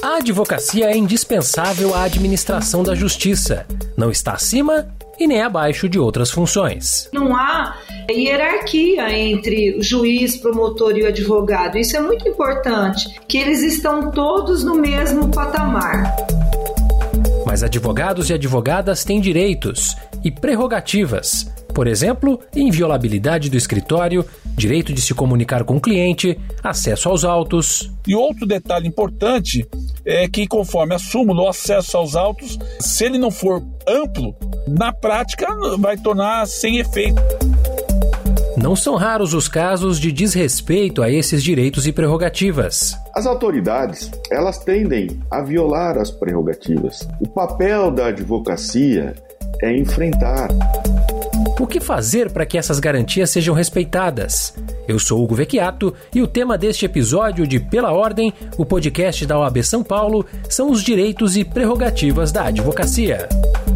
A advocacia é indispensável à administração da justiça. Não está acima e nem abaixo de outras funções. Não há hierarquia entre o juiz, promotor e o advogado. Isso é muito importante, que eles estão todos no mesmo patamar. Mas advogados e advogadas têm direitos e prerrogativas. Por exemplo, inviolabilidade do escritório, direito de se comunicar com o cliente, acesso aos autos. E outro detalhe importante é que, conforme a súmula, o acesso aos autos, se ele não for amplo, na prática vai tornar sem efeito. Não são raros os casos de desrespeito a esses direitos e prerrogativas. As autoridades, elas tendem a violar as prerrogativas. O papel da advocacia é enfrentar. O que fazer para que essas garantias sejam respeitadas? Eu sou Hugo Vecchiato e o tema deste episódio de Pela Ordem, o podcast da OAB São Paulo, são os direitos e prerrogativas da advocacia.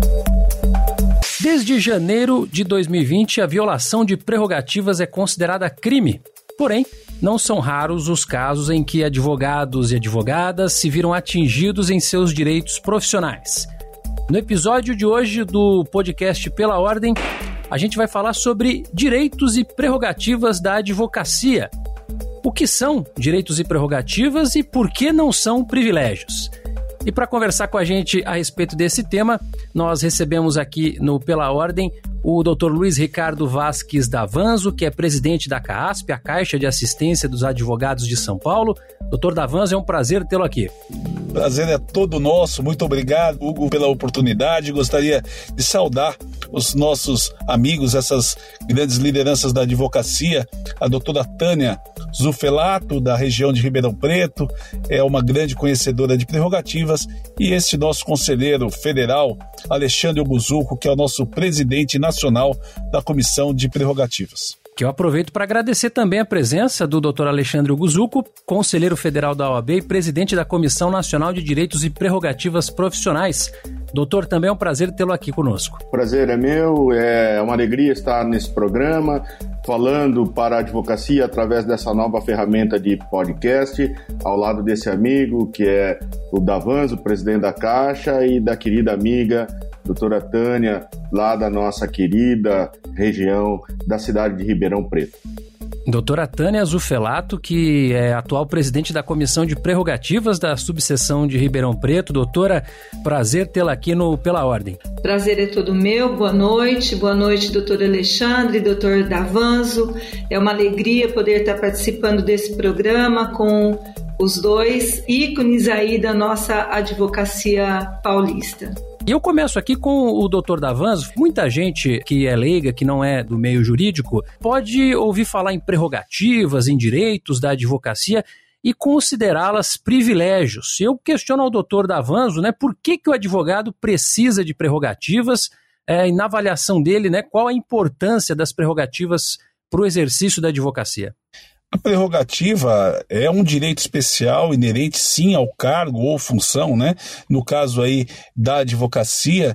Desde janeiro de 2020, a violação de prerrogativas é considerada crime. Porém, não são raros os casos em que advogados e advogadas se viram atingidos em seus direitos profissionais. No episódio de hoje do podcast Pela Ordem, a gente vai falar sobre direitos e prerrogativas da advocacia. O que são direitos e prerrogativas e por que não são privilégios? E para conversar com a gente a respeito desse tema, nós recebemos aqui no Pela Ordem o Dr. Luiz Ricardo Vasques Davanzo, que é presidente da CAASP, a Caixa de Assistência dos Advogados de São Paulo. Dr. Davanzo, é um prazer tê-lo aqui. Prazer é todo nosso. Muito obrigado, Hugo, pela oportunidade. Gostaria de saudar os nossos amigos, essas grandes lideranças da advocacia, a doutora Tânia Zufelato, da região de Ribeirão Preto, é uma grande conhecedora de prerrogativas, e este nosso conselheiro federal, Alexandre Oguzuco, que é o nosso presidente nacional da Comissão de Prerrogativas. Que eu aproveito para agradecer também a presença do Dr. Alexandre Oguzuco, conselheiro federal da OAB e presidente da Comissão Nacional de Direitos e Prerrogativas Profissionais. Doutor, também é um prazer tê-lo aqui conosco. O prazer é meu, é uma alegria estar nesse programa, falando para a advocacia através dessa nova ferramenta de podcast, ao lado desse amigo que é o Davanzo, presidente da Caixa, e da querida amiga doutora Tânia, lá da nossa querida região da cidade de Ribeirão Preto. Doutora Tânia Zufelato, que é atual presidente da Comissão de Prerrogativas da Subseção de Ribeirão Preto. Doutora, prazer tê-la aqui no Pela Ordem. Prazer é todo meu, boa noite, doutor Alexandre, doutor Davanzo. É uma alegria poder estar participando desse programa com os dois ícones aí da nossa advocacia paulista. E eu começo aqui com o Dr. Davanzo. Muita gente que é leiga, que não é do meio jurídico, pode ouvir falar em prerrogativas, em direitos da advocacia e considerá-las privilégios. Eu questiono ao Dr. Davanzo, por que o advogado precisa de prerrogativas e na avaliação dele, qual a importância das prerrogativas para o exercício da advocacia? A prerrogativa é um direito especial inerente, sim, ao cargo ou função, no caso aí da advocacia,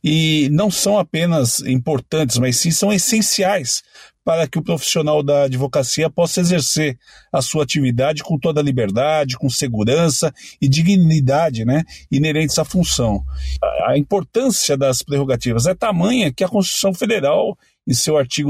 e não são apenas importantes, mas sim são essenciais para que o profissional da advocacia possa exercer a sua atividade com toda a liberdade, com segurança e dignidade, inerentes à função. A importância das prerrogativas é tamanha que a Constituição Federal, em seu artigo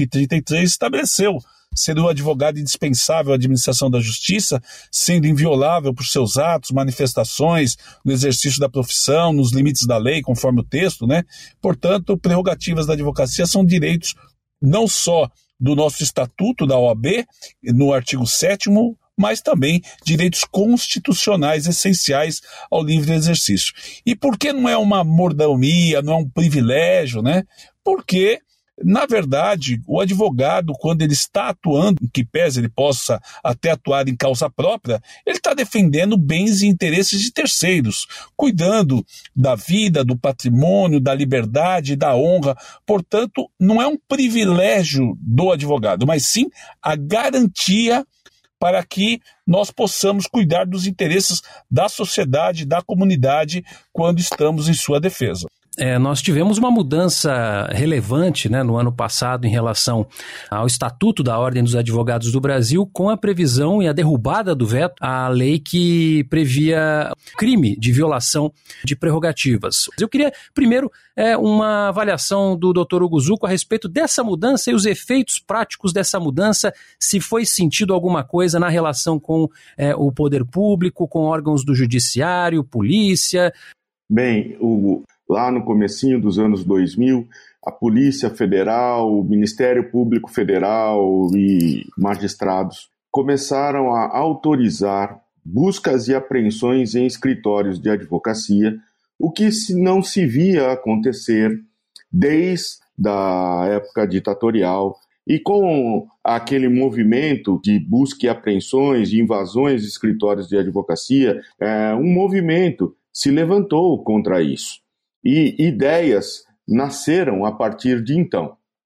133, estabeleceu ser o advogado indispensável à administração da justiça, sendo inviolável por seus atos, manifestações, no exercício da profissão, nos limites da lei, conforme o texto, Portanto, prerrogativas da advocacia são direitos não só do nosso Estatuto da OAB, no artigo 7º, mas também direitos constitucionais essenciais ao livre exercício. E por que não é uma mordomia, não é um privilégio, Porque, na verdade, o advogado, quando ele está atuando, que pese ele possa até atuar em causa própria, ele está defendendo bens e interesses de terceiros, cuidando da vida, do patrimônio, da liberdade, da honra. Portanto, não é um privilégio do advogado, mas sim a garantia para que nós possamos cuidar dos interesses da sociedade, da comunidade, quando estamos em sua defesa. nós tivemos uma mudança relevante, né, no ano passado em relação ao Estatuto da Ordem dos Advogados do Brasil, com a previsão e a derrubada do veto à lei que previa crime de violação de prerrogativas. Eu queria, primeiro, uma avaliação do Dr. Hugo Zucco a respeito dessa mudança e os efeitos práticos dessa mudança, se foi sentido alguma coisa na relação com o poder público, com órgãos do judiciário, polícia. Bem, Hugo, lá no comecinho dos anos 2000, a Polícia Federal, o Ministério Público Federal e magistrados começaram a autorizar buscas e apreensões em escritórios de advocacia, o que não se via acontecer desde a época ditatorial. E com aquele movimento de busca e apreensões, de invasões de escritórios de advocacia, um movimento se levantou contra isso. E ideias nasceram a partir de então.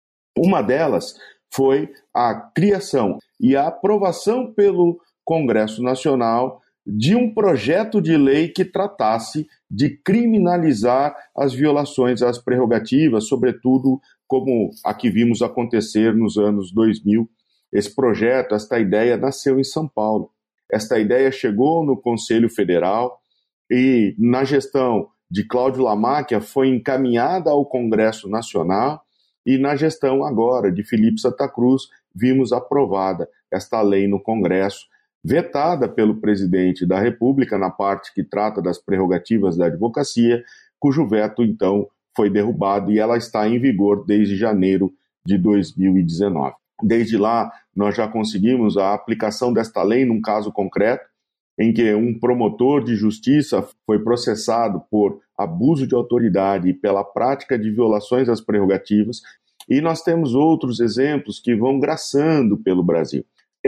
Uma delas foi a criação e a aprovação pelo Congresso Nacional de um projeto de lei que tratasse de criminalizar as violações às prerrogativas, sobretudo como a que vimos acontecer nos anos 2000. Esse projeto, esta ideia nasceu em São Paulo. Esta ideia chegou no Conselho Federal e, na gestão de Cláudio Lamáquia, foi encaminhada ao Congresso Nacional e, na gestão agora de Felipe Santa Cruz, vimos aprovada esta lei no Congresso, vetada pelo presidente da República na parte que trata das prerrogativas da advocacia, cujo veto, então, foi derrubado e ela está em vigor desde janeiro de 2019. Desde lá, nós já conseguimos a aplicação desta lei num caso concreto, em que um promotor de justiça foi processado por abuso de autoridade e pela prática de violações às prerrogativas, e nós temos outros exemplos que vão graçando pelo Brasil.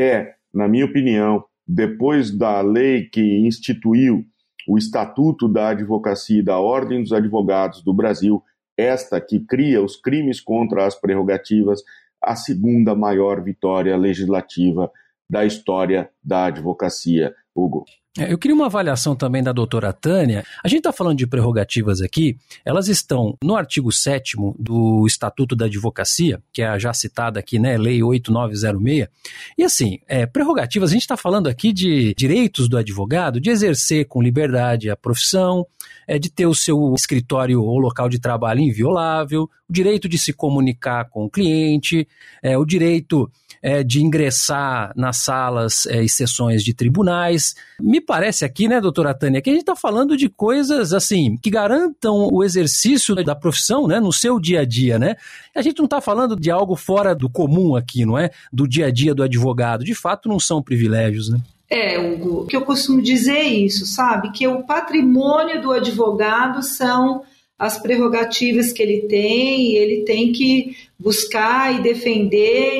Na minha opinião, depois da lei que instituiu o Estatuto da Advocacia e da Ordem dos Advogados do Brasil, esta que cria os crimes contra as prerrogativas, a segunda maior vitória legislativa da história da advocacia, Hugo. Eu queria uma avaliação também da doutora Tânia. A gente está falando de prerrogativas aqui, elas estão no artigo 7º do Estatuto da Advocacia, que é a já citada aqui, né, Lei 8906. E assim, prerrogativas, a gente está falando aqui de direitos do advogado, de exercer com liberdade a profissão, de ter o seu escritório ou local de trabalho inviolável, o direito de se comunicar com o cliente, o direito de ingressar nas salas e sessões de tribunais. Me parece aqui, né, doutora Tânia, que a gente está falando de coisas, assim, que garantam o exercício da profissão, né, no seu dia a dia, né? A gente não está falando de algo fora do comum aqui, não é? Do dia a dia do advogado. De fato, não são privilégios, né? Hugo, que eu costumo dizer isso, sabe? Que o patrimônio do advogado são as prerrogativas que ele tem, e ele tem que buscar e defender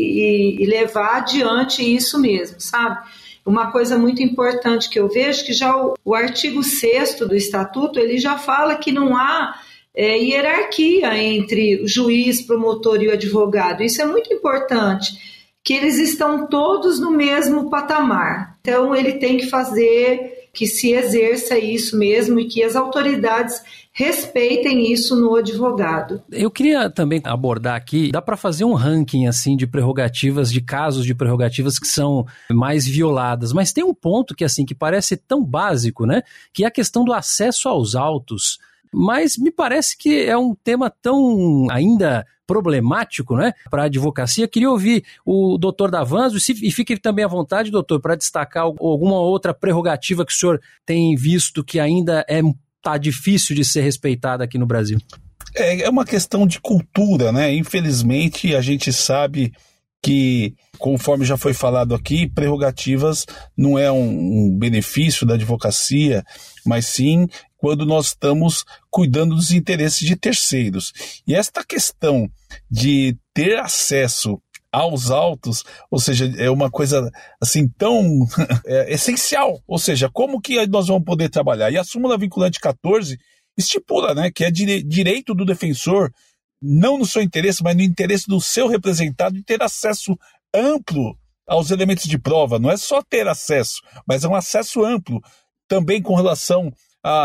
e levar adiante isso mesmo, sabe? Uma coisa muito importante que eu vejo que já o artigo 6º do Estatuto, ele já fala que não há hierarquia entre o juiz, promotor e o advogado. Isso é muito importante, que eles estão todos no mesmo patamar. Então, ele tem que fazer que se exerça isso mesmo e que as autoridades respeitem isso no advogado. Eu queria também abordar aqui, dá para fazer um ranking assim de prerrogativas, de casos de prerrogativas que são mais violadas, mas tem um ponto que assim que parece tão básico, né? Que é a questão do acesso aos autos. Mas me parece que é um tema tão ainda problemático, né, para a advocacia. Queria ouvir o doutor Davanzo, e fique também à vontade, doutor, para destacar alguma outra prerrogativa que o senhor tem visto que ainda está difícil de ser respeitada aqui no Brasil. É uma questão de cultura, né? Infelizmente, a gente sabe que, conforme já foi falado aqui, prerrogativas não é um benefício da advocacia, mas sim quando nós estamos cuidando dos interesses de terceiros. E esta questão de ter acesso aos autos, ou seja, é uma coisa assim tão essencial. Ou seja, como que nós vamos poder trabalhar? E a súmula vinculante 14 estipula, né, que é direito do defensor, não no seu interesse, mas no interesse do seu representado, de ter acesso amplo aos elementos de prova. Não é só ter acesso, mas é um acesso amplo também com relação a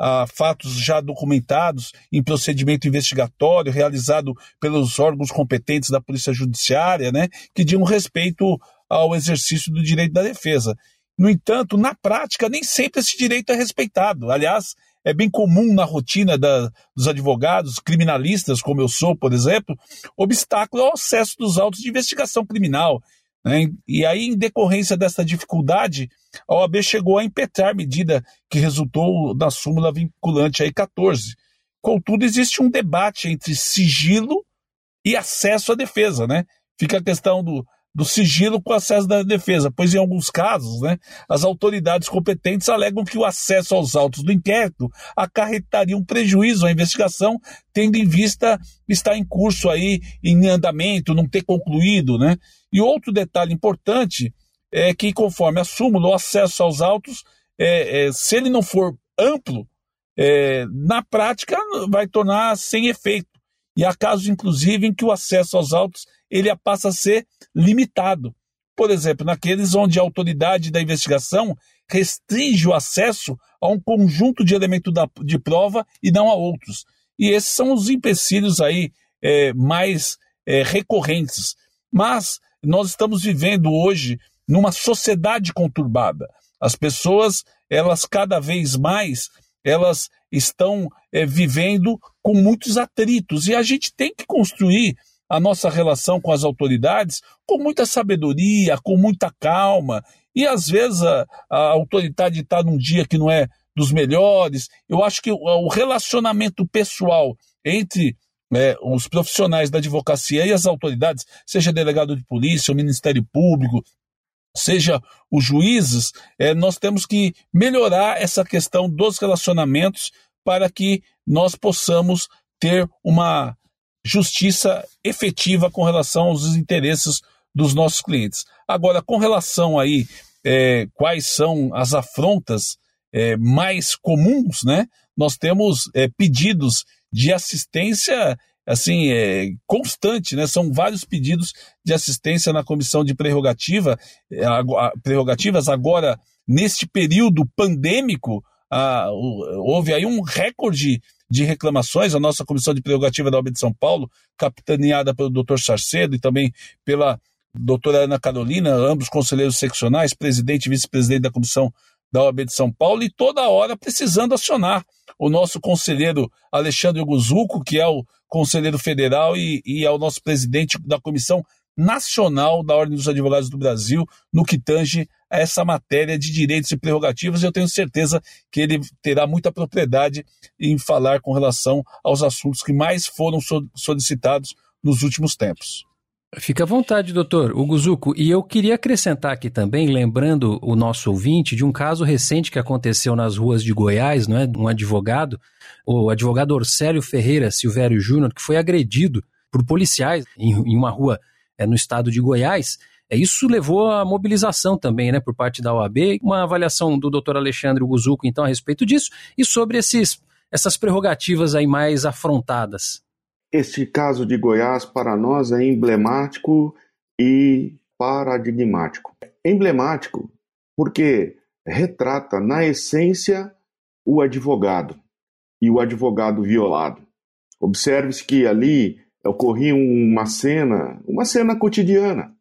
a fatos já documentados em procedimento investigatório realizado pelos órgãos competentes da Polícia Judiciária, né, que digam respeito ao exercício do direito da defesa. No entanto, na prática, nem sempre esse direito é respeitado. Aliás, é bem comum na rotina dos advogados criminalistas, como eu sou, por exemplo, obstáculo ao acesso dos autos de investigação criminal, né? E aí, em decorrência dessa dificuldade, a OAB chegou a impetrar medida que resultou na súmula vinculante aí 14. Contudo, existe um debate entre sigilo e acesso à defesa, né? Fica a questão do sigilo com acesso da defesa, pois em alguns casos, né, as autoridades competentes alegam que o acesso aos autos do inquérito acarretaria um prejuízo à investigação, tendo em vista estar em curso aí, em andamento, não ter concluído, né? E outro detalhe importante é que, conforme a súmula, o acesso aos autos, se ele não for amplo, na prática vai tornar sem efeito. E há casos, inclusive, em que o acesso aos autos ele passa a ser limitado. Por exemplo, naqueles onde a autoridade da investigação restringe o acesso a um conjunto de elementos de prova e não a outros. E esses são os empecilhos aí, mais recorrentes. Mas nós estamos vivendo hoje numa sociedade conturbada. As pessoas, elas cada vez mais, elas estão vivendo com muitos atritos. E a gente tem que construir a nossa relação com as autoridades com muita sabedoria, com muita calma. E às vezes a autoridade está num dia que não é dos melhores. Eu acho que o relacionamento pessoal entre os profissionais da advocacia e as autoridades, seja delegado de polícia, o Ministério Público, seja os juízes, nós temos que melhorar essa questão dos relacionamentos para que nós possamos ter uma justiça efetiva com relação aos interesses dos nossos clientes. Agora, com relação aí, quais são as afrontas mais comuns, né? Nós temos pedidos de assistência assim, constante, né? São vários pedidos de assistência na comissão de prerrogativas. Agora, neste período pandêmico, houve aí um recorde de reclamações. A nossa comissão de prerrogativa da OAB de São Paulo, capitaneada pelo Dr. Sarcedo e também pela doutora Ana Carolina, ambos conselheiros seccionais, presidente e vice-presidente da comissão da OAB de São Paulo, e toda hora precisando acionar o nosso conselheiro Alexandre Guzuco, que é o conselheiro federal e é o nosso presidente da Comissão Nacional da Ordem dos Advogados do Brasil, no que tange a essa matéria de direitos e prerrogativas. Eu tenho certeza que ele terá muita propriedade em falar com relação aos assuntos que mais foram solicitados nos últimos tempos. Fica à vontade, doutor Guzuco. E eu queria acrescentar aqui também, lembrando o nosso ouvinte, de um caso recente que aconteceu nas ruas de Goiás, não é? Um advogado, o advogado Orcélio Ferreira Silvério Júnior, que foi agredido por policiais em uma rua no estado de Goiás. Isso levou à mobilização também, né, por parte da OAB. Uma avaliação do doutor Alexandre Guzuco, então, a respeito disso e sobre essas prerrogativas aí mais afrontadas. Este caso de Goiás, para nós, é emblemático e paradigmático. Emblemático porque retrata, na essência, o advogado e o advogado violado. Observe-se que ali ocorria uma cena cotidiana,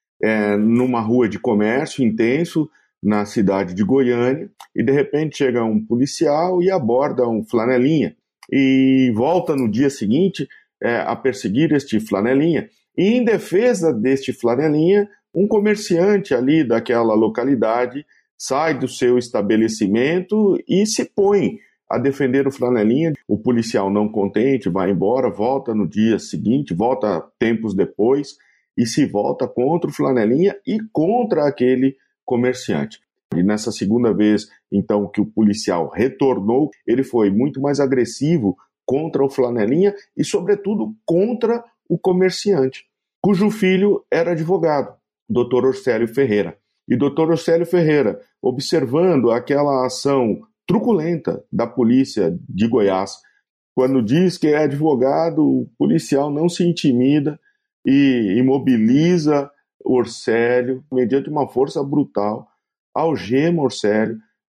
numa rua de comércio intenso, na cidade de Goiânia, e de repente chega um policial e aborda um flanelinha, e volta no dia seguinte a perseguir este flanelinha. E em defesa deste flanelinha, um comerciante ali daquela localidade sai do seu estabelecimento e se põe a defender o flanelinha. O policial, não contente, vai embora, volta no dia seguinte, volta tempos depois e se volta contra o flanelinha e contra aquele comerciante. E nessa segunda vez, então, que o policial retornou, ele foi muito mais agressivo contra o flanelinha e, sobretudo, contra o comerciante, cujo filho era advogado, Dr. Orcélio Ferreira. E Dr. Orcélio Ferreira, observando aquela ação truculenta da polícia de Goiás, quando diz que é advogado, o policial não se intimida e imobiliza Orcélio mediante uma força brutal, algema Orcélio,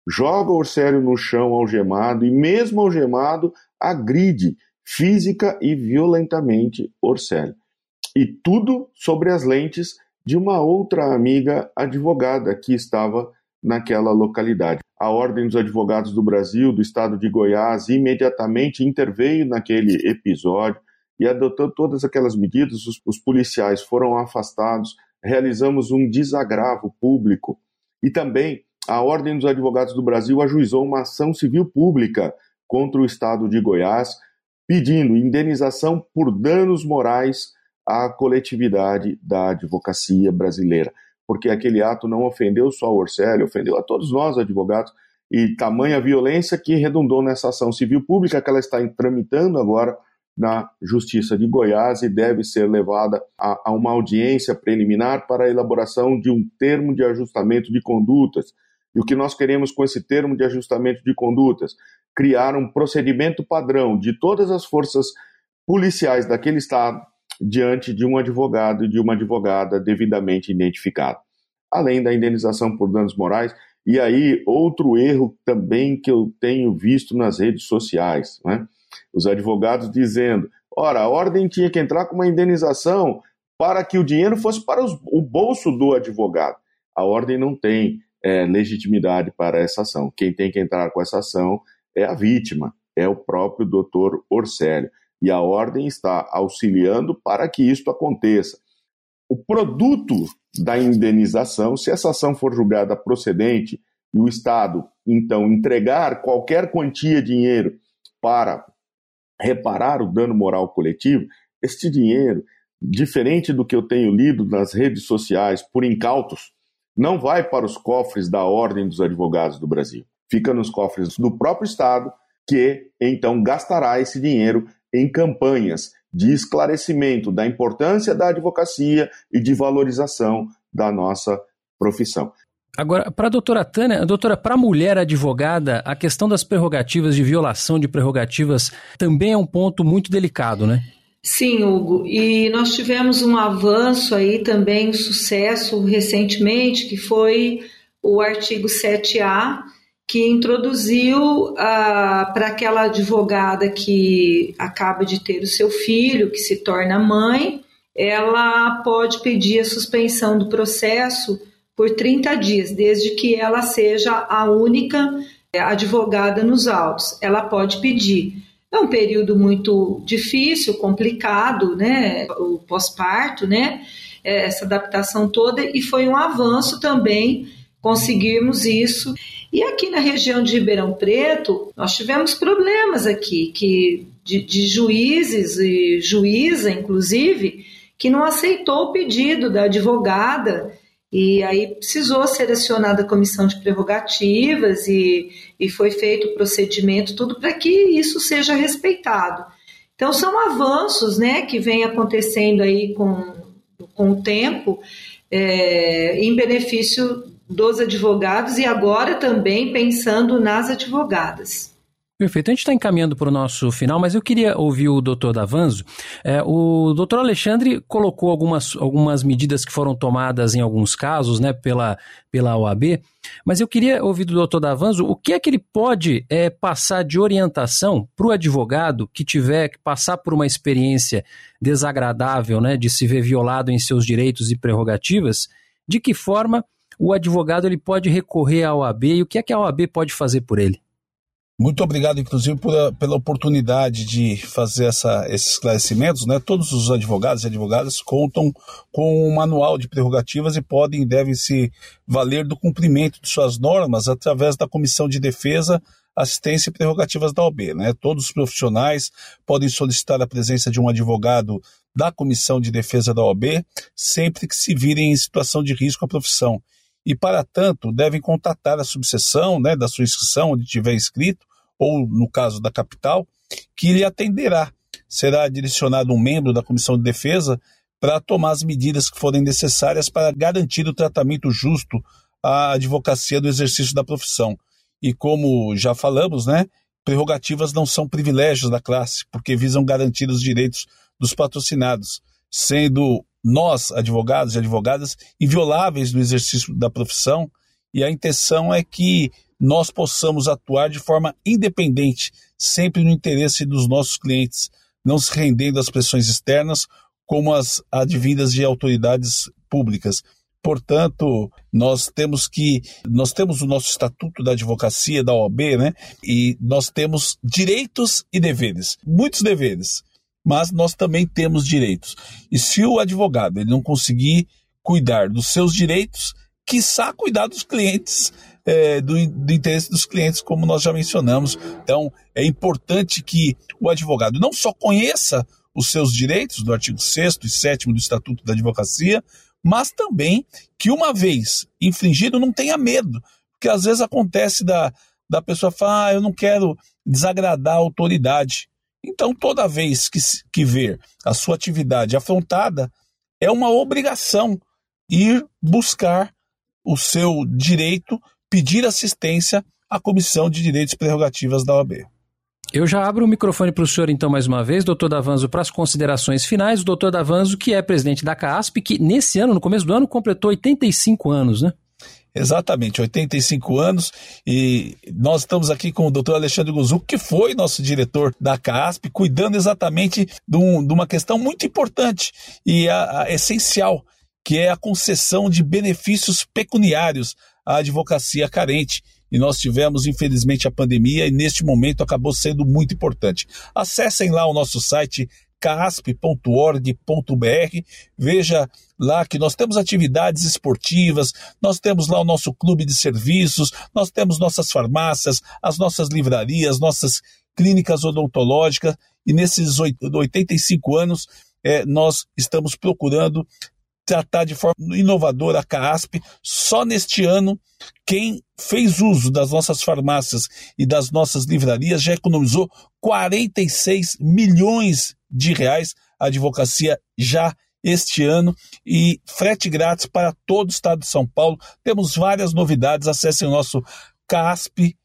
joga Orcélio no chão algemado e, mesmo algemado, agride física e violentamente Orcélio. E tudo sobre as lentes de uma outra amiga advogada que estava naquela localidade. A Ordem dos Advogados do Brasil, do estado de Goiás, imediatamente interveio naquele episódio e adotou todas aquelas medidas. Os policiais foram afastados, realizamos um desagravo público e também a Ordem dos Advogados do Brasil ajuizou uma ação civil pública contra o estado de Goiás, pedindo indenização por danos morais à coletividade da advocacia brasileira, porque aquele ato não ofendeu só o Orcélio, ofendeu a todos nós advogados, e tamanha violência que redundou nessa ação civil pública que ela está tramitando agora na Justiça de Goiás e deve ser levada a uma audiência preliminar para a elaboração de um termo de ajustamento de condutas. E o que nós queremos com esse termo de ajustamento de condutas? Criar um procedimento padrão de todas as forças policiais daquele estado diante de um advogado e de uma advogada devidamente identificado. Além da indenização por danos morais, e aí outro erro também que eu tenho visto nas redes sociais, né? Os advogados dizendo, ora, a ordem tinha que entrar com uma indenização para que o dinheiro fosse para o bolso do advogado. A ordem não tem legitimidade para essa ação. Quem tem que entrar com essa ação é a vítima, é o próprio doutor Orcélio. E a ordem está auxiliando para que isto aconteça. O produto da indenização, se essa ação for julgada procedente e o Estado, então, entregar qualquer quantia de dinheiro para reparar o dano moral coletivo, este dinheiro, diferente do que eu tenho lido nas redes sociais por incautos, não vai para os cofres da Ordem dos Advogados do Brasil. Fica nos cofres do próprio Estado, que então gastará esse dinheiro em campanhas de esclarecimento da importância da advocacia e de valorização da nossa profissão. Agora, para a doutora Tânia, doutora, para a mulher advogada, a questão das prerrogativas, de violação de prerrogativas, também é um ponto muito delicado, né? Sim, Hugo, e nós tivemos um avanço aí também, um sucesso recentemente, que foi o artigo 7A, que introduziu para aquela advogada que acaba de ter o seu filho, que se torna mãe, ela pode pedir a suspensão do processo por 30 dias, desde que ela seja a única advogada nos autos. Ela pode pedir. É um período muito difícil, complicado, né? O pós-parto, né? Essa adaptação toda, e foi um avanço também conseguirmos isso. E aqui na região de Ribeirão Preto, nós tivemos problemas aqui, de juízes e juíza, inclusive, que não aceitou o pedido da advogada, e aí precisou ser acionada a comissão de prerrogativas e foi feito o procedimento, tudo para que isso seja respeitado. Então são avanços, né, que vem acontecendo aí com o tempo, em benefício dos advogados e agora também pensando nas advogadas. Perfeito. A gente está encaminhando para o nosso final, mas eu queria ouvir o doutor Davanzo. O doutor Alexandre colocou algumas medidas que foram tomadas em alguns casos, né, pela OAB, mas eu queria ouvir do doutor Davanzo o que é que ele pode passar de orientação para o advogado que tiver que passar por uma experiência desagradável, né, de se ver violado em seus direitos e prerrogativas, de que forma o advogado ele pode recorrer à OAB e o que é que a OAB pode fazer por ele? Muito obrigado, inclusive, pela oportunidade de fazer esses esclarecimentos, né? Todos os advogados e advogadas contam com um manual de prerrogativas e devem se valer do cumprimento de suas normas através da Comissão de Defesa, Assistência e Prerrogativas da OAB, né? Todos os profissionais podem solicitar a presença de um advogado da Comissão de Defesa da OAB sempre que se virem em situação de risco à profissão. E, para tanto, devem contatar a subseção, né, da sua inscrição, onde tiver inscrito, ou, no caso da capital, que lhe atenderá. Será direcionado um membro da Comissão de Defesa para tomar as medidas que forem necessárias para garantir o tratamento justo à advocacia do exercício da profissão. E, como já falamos, né, prerrogativas não são privilégios da classe, porque visam garantir os direitos dos patrocinados, sendo nós, advogados e advogadas, invioláveis no exercício da profissão, e a intenção é que nós possamos atuar de forma independente, sempre no interesse dos nossos clientes, não se rendendo às pressões externas como as advindas de autoridades públicas. Portanto, nós temos o nosso Estatuto da Advocacia, da OAB, né? E nós temos direitos e deveres, muitos deveres, mas nós também temos direitos. E se o advogado ele não conseguir cuidar dos seus direitos, quiçá cuidar dos clientes, do interesse dos clientes, como nós já mencionamos. Então, é importante que o advogado não só conheça os seus direitos, do artigo 6º e 7º do Estatuto da Advocacia, mas também que, uma vez infringido, não tenha medo. Porque às vezes acontece da pessoa falar, eu não quero desagradar a autoridade. Então, toda vez que ver a sua atividade afrontada, é uma obrigação ir buscar o seu direito, pedir assistência à Comissão de Direitos e Prerrogativas da OAB. Eu já abro o microfone para o senhor, então, mais uma vez, doutor Davanzo, para as considerações finais. O doutor Davanzo, que é presidente da CAASP, que nesse ano, no começo do ano, completou 85 anos, né? Exatamente, 85 anos, e nós estamos aqui com o doutor Alexandre Guzuco, que foi nosso diretor da CAASP, cuidando exatamente de uma questão muito importante e essencial, que é a concessão de benefícios pecuniários à advocacia carente. E nós tivemos, infelizmente, a pandemia, e neste momento acabou sendo muito importante. Acessem lá o nosso site caasp.org.br, veja lá que nós temos atividades esportivas, nós temos lá o nosso clube de serviços, nós temos nossas farmácias, as nossas livrarias, nossas clínicas odontológicas, e nesses 85 anos nós estamos procurando tratar de forma inovadora a CAASP. Só neste ano, quem fez uso das nossas farmácias e das nossas livrarias já economizou 46 milhões de reais a advocacia já este ano, e frete grátis para todo o estado de São Paulo. Temos várias novidades, acessem o nosso caasp.org.br.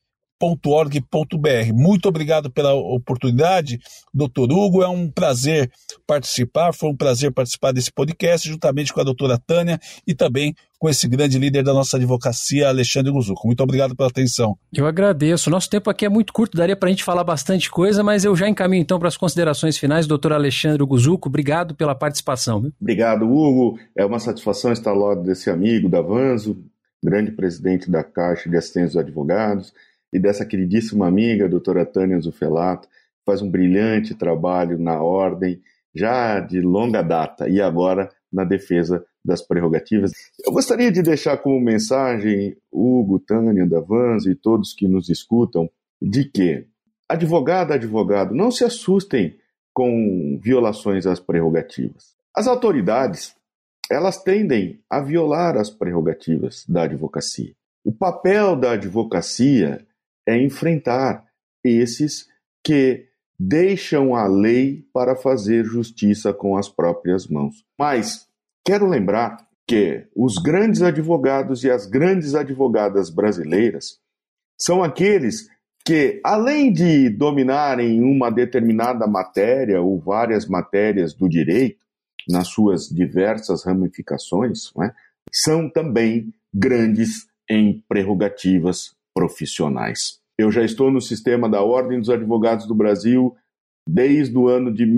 Muito obrigado pela oportunidade, doutor Hugo, é um prazer participar, foi um prazer participar desse podcast, juntamente com a doutora Tânia e também com esse grande líder da nossa advocacia, Alexandre Guzuco. Muito obrigado pela atenção. Eu agradeço. Nosso tempo aqui é muito curto, daria para a gente falar bastante coisa, mas eu já encaminho então para as considerações finais. Doutor Alexandre Guzuco, obrigado pela participação. Viu? Obrigado, Hugo. É uma satisfação estar ao lado desse amigo, Davanzo, grande presidente da Caixa de Assistência dos Advogados, e dessa queridíssima amiga, a doutora Tânia Zufelato, que faz um brilhante trabalho na ordem, já de longa data, e agora na defesa das prerrogativas. Eu gostaria de deixar como mensagem, Hugo, Tânia, Davanzo e todos que nos escutam, de que advogado, não se assustem com violações às prerrogativas. As autoridades, elas tendem a violar as prerrogativas da advocacia. O papel da advocacia é enfrentar esses que deixam a lei para fazer justiça com as próprias mãos. Mas quero lembrar que os grandes advogados e as grandes advogadas brasileiras são aqueles que, além de dominarem uma determinada matéria ou várias matérias do direito, nas suas diversas ramificações, não é? São também grandes em prerrogativas profissionais. Eu já estou no sistema da Ordem dos Advogados do Brasil desde o ano de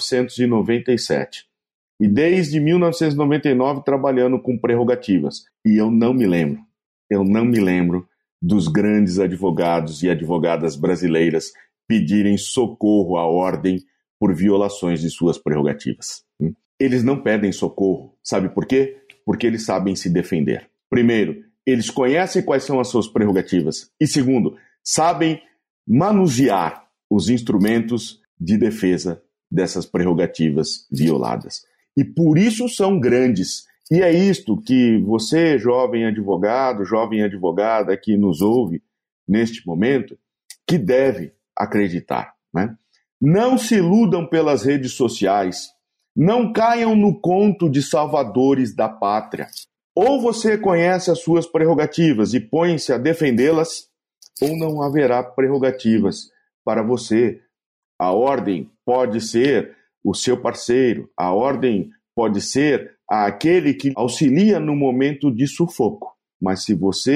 1997. E desde 1999 trabalhando com prerrogativas. E eu não me lembro dos grandes advogados e advogadas brasileiras pedirem socorro à ordem por violações de suas prerrogativas. Eles não pedem socorro. Sabe por quê? Porque eles sabem se defender. Primeiro, eles conhecem quais são as suas prerrogativas. E segundo, sabem manusear os instrumentos de defesa dessas prerrogativas violadas. E por isso são grandes. E é isto que você, jovem advogado, jovem advogada que nos ouve neste momento, que deve acreditar, né? Não se iludam pelas redes sociais. Não caiam no conto de salvadores da pátria. Ou você conhece as suas prerrogativas e põe-se a defendê-las, ou não haverá prerrogativas para você. A ordem pode ser o seu parceiro, a ordem pode ser aquele que auxilia no momento de sufoco. Mas se você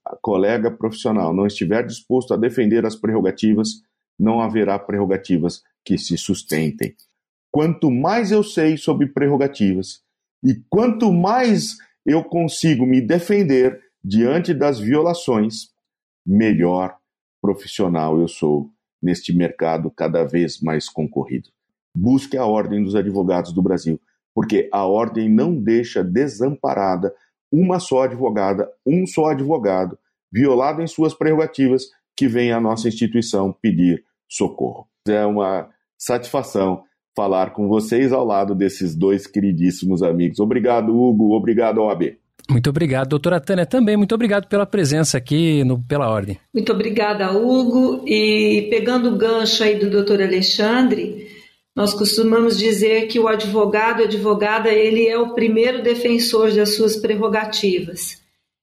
colega profissional não estiver disposto a defender as prerrogativas, não haverá prerrogativas que se sustentem. Quanto mais eu sei sobre prerrogativas e quanto mais eu consigo me defender diante das violações, melhor profissional eu sou neste mercado cada vez mais concorrido. Busque a Ordem dos Advogados do Brasil, porque a Ordem não deixa desamparada uma só advogada, um só advogado, violado em suas prerrogativas, que vem à nossa instituição pedir socorro. É uma satisfação falar com vocês ao lado desses dois queridíssimos amigos. Obrigado, Hugo. Obrigado, OAB. Muito obrigado, doutora Tânia. Também muito obrigado pela presença aqui pela Ordem. Muito obrigada, Hugo. E pegando o gancho aí do doutor Alexandre, nós costumamos dizer que o advogado, a advogada, ele é o primeiro defensor das suas prerrogativas.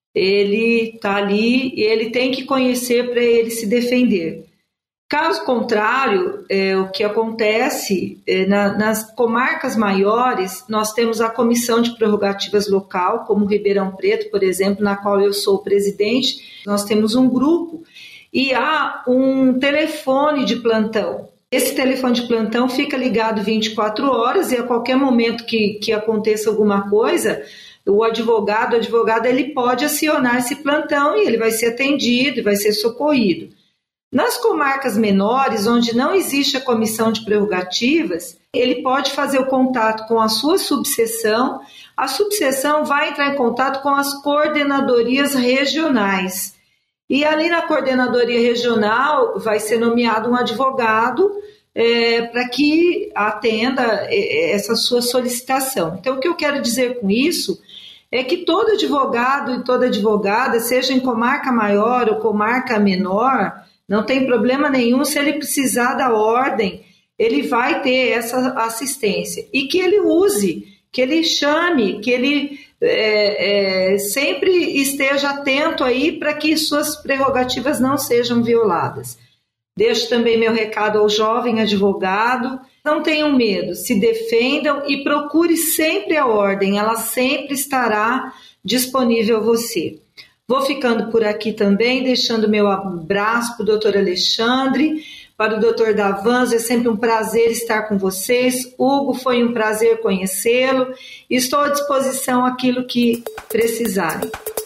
Ele está ali e ele tem que conhecer para ele se defender. Caso contrário, o que acontece nas comarcas maiores, nós temos a Comissão de Prerrogativas Local, como Ribeirão Preto, por exemplo, na qual eu sou presidente. Nós temos um grupo e há um telefone de plantão. Esse telefone de plantão fica ligado 24 horas e a qualquer momento que aconteça alguma coisa, o advogado, a advogada, ele pode acionar esse plantão e ele vai ser atendido e vai ser socorrido. Nas comarcas menores, onde não existe a comissão de prerrogativas, ele pode fazer o contato com a sua subseção, a subseção vai entrar em contato com as coordenadorias regionais. E ali na coordenadoria regional vai ser nomeado um advogado para que atenda essa sua solicitação. Então, o que eu quero dizer com isso é que todo advogado e toda advogada, seja em comarca maior ou comarca menor, não tem problema nenhum, se ele precisar da ordem, ele vai ter essa assistência. E que ele use, que ele chame, que ele sempre esteja atento aí para que suas prerrogativas não sejam violadas. Deixo também meu recado ao jovem advogado, não tenham medo, se defendam e procure sempre a ordem, ela sempre estará disponível a você. Vou ficando por aqui também, deixando meu abraço para o doutor Alexandre, para o doutor Davanzo, é sempre um prazer estar com vocês. Hugo, foi um prazer conhecê-lo. Estou à disposição aquilo que precisarem.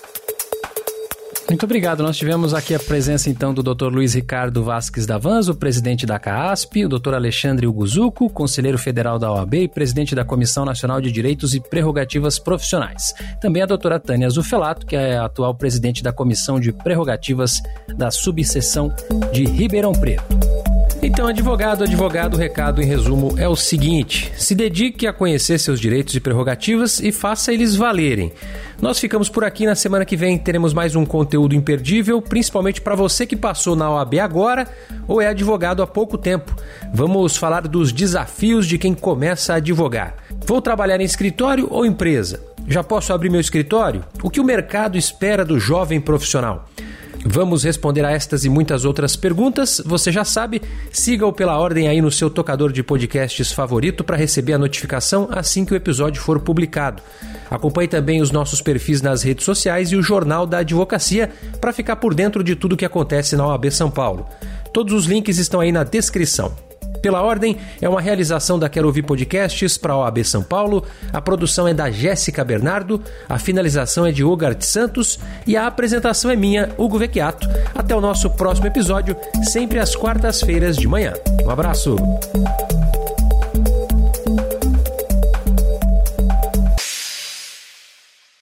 Muito obrigado. Nós tivemos aqui a presença, então, do Dr. Luiz Ricardo Vasques Davanzo, presidente da CAASP, o Dr. Alexandre Uguzuco, conselheiro federal da OAB e presidente da Comissão Nacional de Direitos e Prerrogativas Profissionais. Também a doutora Tânia Zufelato, que é a atual presidente da Comissão de Prerrogativas da Subseção de Ribeirão Preto. Então, advogado, o recado em resumo é o seguinte: se dedique a conhecer seus direitos e prerrogativas e faça eles valerem. Nós ficamos por aqui. Na semana que vem teremos mais um conteúdo imperdível, principalmente para você que passou na OAB agora ou é advogado há pouco tempo. Vamos falar dos desafios de quem começa a advogar. Vou trabalhar em escritório ou empresa? Já posso abrir meu escritório? O que o mercado espera do jovem profissional? Vamos responder a estas e muitas outras perguntas. Você já sabe, siga-o pela Ordem aí no seu tocador de podcasts favorito para receber a notificação assim que o episódio for publicado. Acompanhe também os nossos perfis nas redes sociais e o Jornal da Advocacia para ficar por dentro de tudo que acontece na OAB São Paulo. Todos os links estão aí na descrição. Pela Ordem é uma realização da Quero Ouvir Podcasts para a OAB São Paulo, a produção é da Jéssica Bernardo, a finalização é de Ugart Santos e a apresentação é minha, Hugo Vecchiato. Até o nosso próximo episódio, sempre às quartas-feiras de manhã. Um abraço!